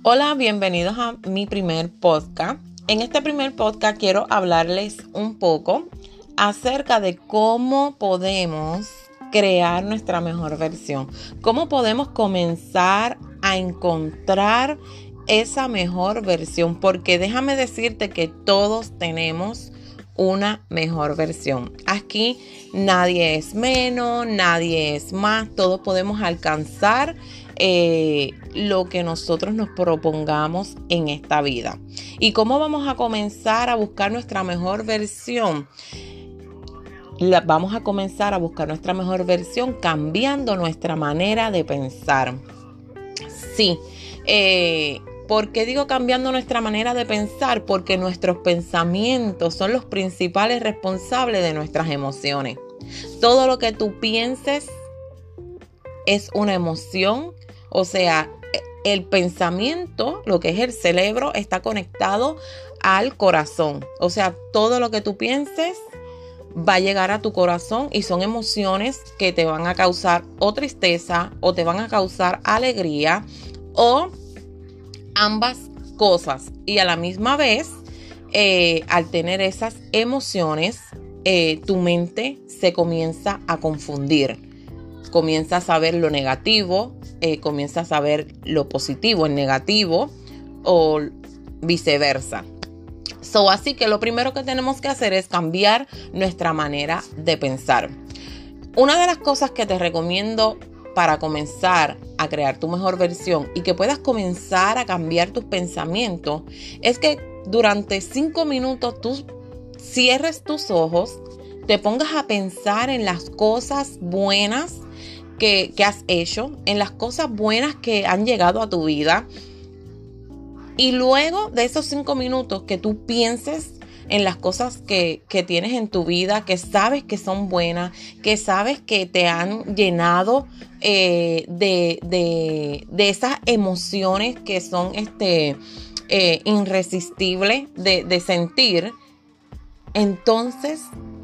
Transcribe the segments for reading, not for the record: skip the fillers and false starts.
Hola, bienvenidos a mi primer podcast. En este primer podcast quiero hablarles un poco acerca de cómo podemos crear nuestra mejor versión. Cómo podemos comenzar a encontrar esa mejor versión. Porque déjame decirte que todos tenemos una mejor versión. Aquí nadie es menos, nadie es más. Todos podemos alcanzar lo que nosotros nos propongamos en esta vida. ¿Y cómo vamos a comenzar a buscar nuestra mejor versión? Vamos a comenzar a buscar nuestra mejor versión cambiando nuestra manera de pensar. Sí, ¿por qué digo cambiando nuestra manera de pensar? Porque nuestros pensamientos son los principales responsables de nuestras emociones. Todo lo que tú pienses es una emoción. O sea, el pensamiento, lo que es el cerebro, está conectado al corazón. O sea, todo lo que tú pienses va a llegar a tu corazón y son emociones que te van a causar o tristeza o te van a causar alegría o ambas cosas. Y a la misma vez, al tener esas emociones, tu mente se comienza a confundir. Comienzas a ver lo negativo, comienzas a ver lo positivo en negativo o viceversa. Así que lo primero que tenemos que hacer es cambiar nuestra manera de pensar. Una de las cosas que te recomiendo para comenzar a crear tu mejor versión y que puedas comenzar a cambiar tus pensamientos es que durante 5 minutos tú cierres tus ojos, te pongas a pensar en las cosas buenas que has hecho, en las cosas buenas que han llegado a tu vida. Y luego de esos 5 minutos que tú pienses en las cosas que tienes en tu vida, que sabes que son buenas, que sabes que te han llenado de esas emociones que son irresistibles de sentir, entonces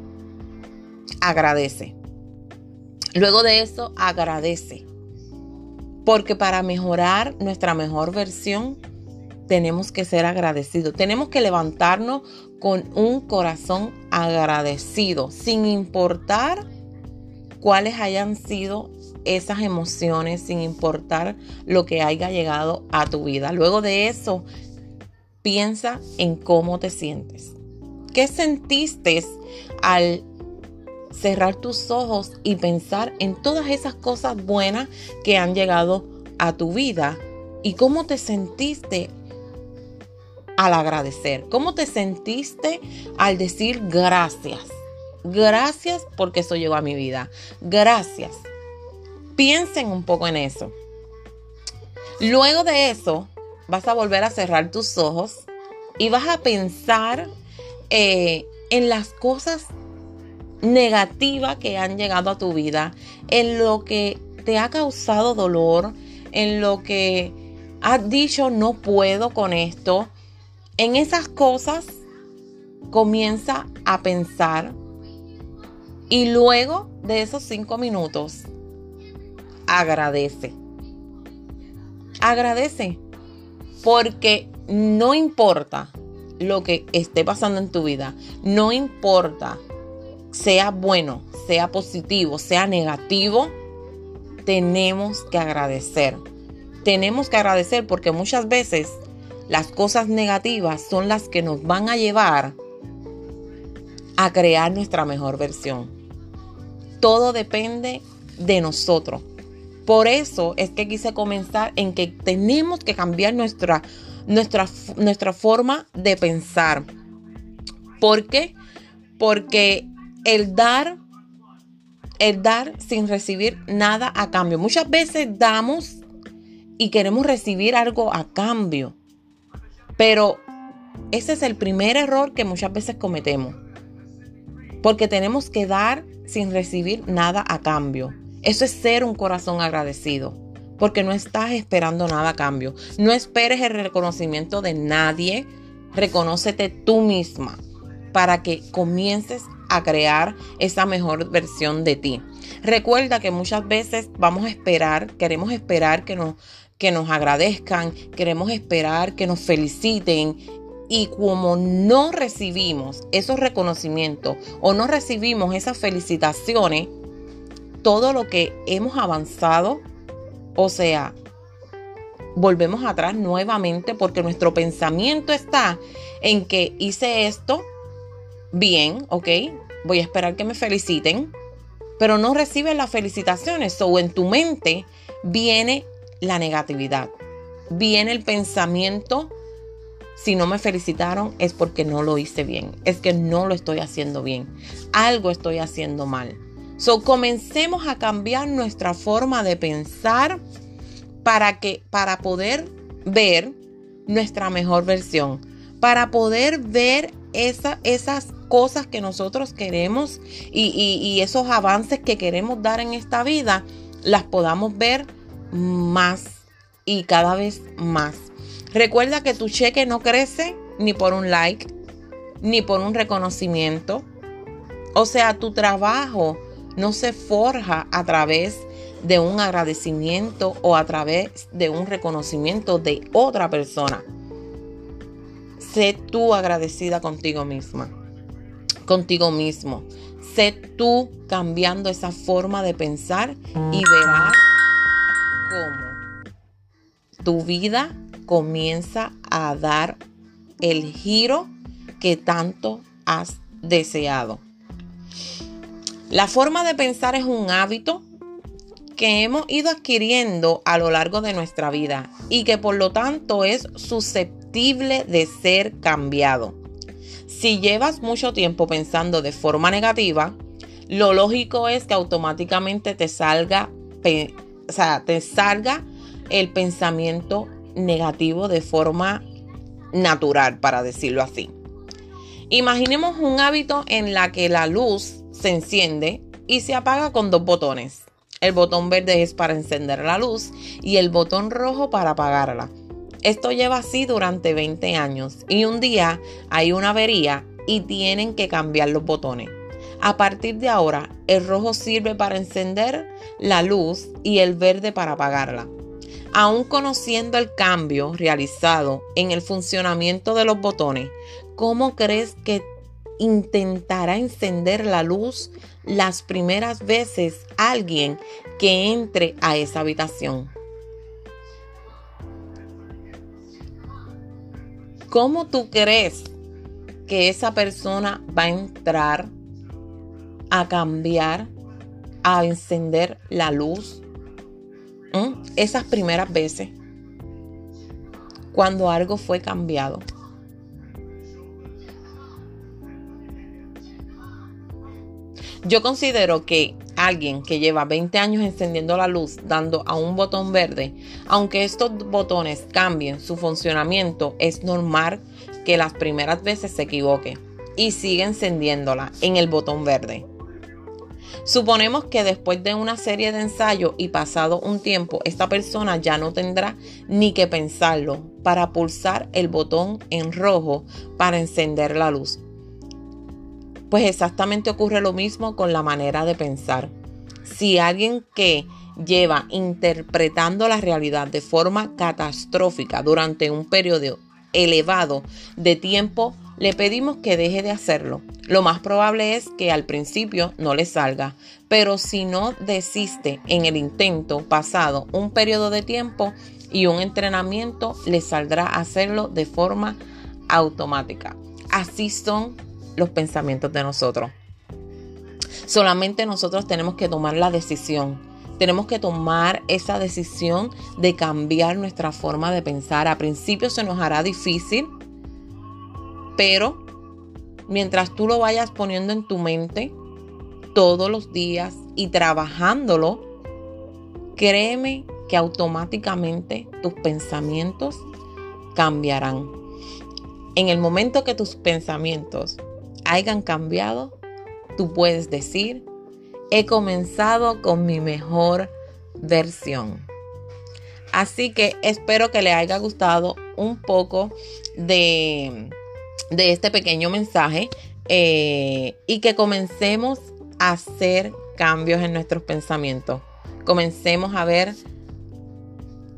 agradece. Luego de eso, agradece. Porque para mejorar nuestra mejor versión, tenemos que ser agradecidos. Tenemos que levantarnos con un corazón agradecido, sin importar cuáles hayan sido esas emociones, sin importar lo que haya llegado a tu vida. Luego de eso, piensa en cómo te sientes. ¿Qué sentiste al cerrar tus ojos y pensar en todas esas cosas buenas que han llegado a tu vida? ¿Y cómo te sentiste al agradecer? ¿Cómo te sentiste al decir gracias? Gracias porque eso llegó a mi vida. Gracias. Piensen un poco en eso. Luego de eso, vas a volver a cerrar tus ojos y vas a pensar en las cosas negativa que han llegado a tu vida, en lo que te ha causado dolor, en lo que has dicho no puedo con esto. En esas cosas comienza a pensar y luego de esos 5 minutos agradece. Agradece porque no importa lo que esté pasando en tu vida, no importa sea bueno, sea positivo, sea negativo, tenemos que agradecer. Tenemos que agradecer porque muchas veces las cosas negativas son las que nos van a llevar a crear nuestra mejor versión. Todo depende de nosotros. Por eso es que quise comenzar en que tenemos que cambiar nuestra forma de pensar. ¿Por qué? Porque el dar sin recibir nada a cambio. Muchas veces damos y queremos recibir algo a cambio. Pero ese es el primer error que muchas veces cometemos. Porque tenemos que dar sin recibir nada a cambio. Eso es ser un corazón agradecido. Porque no estás esperando nada a cambio. No esperes el reconocimiento de nadie. Reconócete tú misma para que comiences a crear esa mejor versión de ti. Recuerda que muchas veces queremos esperar que nos agradezcan, queremos esperar que nos feliciten. Y como no recibimos esos reconocimientos o no recibimos esas felicitaciones, todo lo que hemos avanzado, o sea, volvemos atrás nuevamente porque nuestro pensamiento está en que hice esto bien, ok, voy a esperar que me feliciten, pero no recibes las felicitaciones. O en tu mente viene la negatividad, viene el pensamiento: si no me felicitaron es porque no lo hice bien, es que no lo estoy haciendo bien, algo estoy haciendo mal. Comencemos a cambiar nuestra forma de pensar para poder ver nuestra mejor versión, para poder ver esas cosas que nosotros queremos y esos avances que queremos dar en esta vida, las podamos ver más y cada vez más. Recuerda que tu cheque no crece ni por un like, ni por un reconocimiento. O sea, tu trabajo no se forja a través de un agradecimiento o a través de un reconocimiento de otra persona. Sé tú agradecida contigo misma, contigo mismo. Sé tú cambiando esa forma de pensar y verás cómo tu vida comienza a dar el giro que tanto has deseado. La forma de pensar es un hábito que hemos ido adquiriendo a lo largo de nuestra vida y que por lo tanto es susceptible de ser cambiado. Si llevas mucho tiempo pensando de forma negativa, lo lógico es que automáticamente te salga el pensamiento negativo de forma natural, para decirlo así. Imaginemos un hábito en la que la luz se enciende y se apaga con 2 botones. El botón verde es para encender la luz y el botón rojo para apagarla. Esto lleva así durante 20 años y un día hay una avería y tienen que cambiar los botones. A partir de ahora, el rojo sirve para encender la luz y el verde para apagarla. Aún conociendo el cambio realizado en el funcionamiento de los botones, ¿cómo crees que intentará encender la luz las primeras veces alguien que entre a esa habitación? ¿Cómo tú crees que esa persona va a entrar a cambiar, a encender la luz? Esas primeras veces, cuando algo fue cambiado. Yo considero que alguien que lleva 20 años encendiendo la luz, dando a un botón verde, aunque estos botones cambien su funcionamiento, es normal que las primeras veces se equivoque y siga encendiéndola en el botón verde. Suponemos que después de una serie de ensayos y pasado un tiempo, esta persona ya no tendrá ni que pensarlo para pulsar el botón en rojo para encender la luz. Pues exactamente ocurre lo mismo con la manera de pensar. Si alguien que lleva interpretando la realidad de forma catastrófica durante un periodo elevado de tiempo, le pedimos que deje de hacerlo. Lo más probable es que al principio no le salga, pero si no desiste en el intento, pasado un periodo de tiempo y un entrenamiento, le saldrá hacerlo de forma automática. Así son los pensamientos de nosotros. Solamente nosotros tenemos que tomar la decisión. Tenemos que tomar esa decisión de cambiar nuestra forma de pensar. A principio se nos hará difícil, pero mientras tú lo vayas poniendo en tu mente todos los días y trabajándolo, créeme que automáticamente tus pensamientos cambiarán. En el momento que tus pensamientos hayan cambiado, tú puedes decir: he comenzado con mi mejor versión. Así que espero que les haya gustado un poco de este pequeño mensaje y que comencemos a hacer cambios en nuestros pensamientos. Comencemos a ver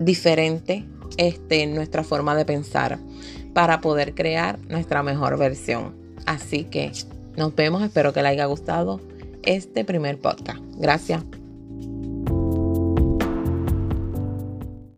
diferente nuestra forma de pensar para poder crear nuestra mejor versión. Así que nos vemos, espero que les haya gustado este primer podcast. Gracias.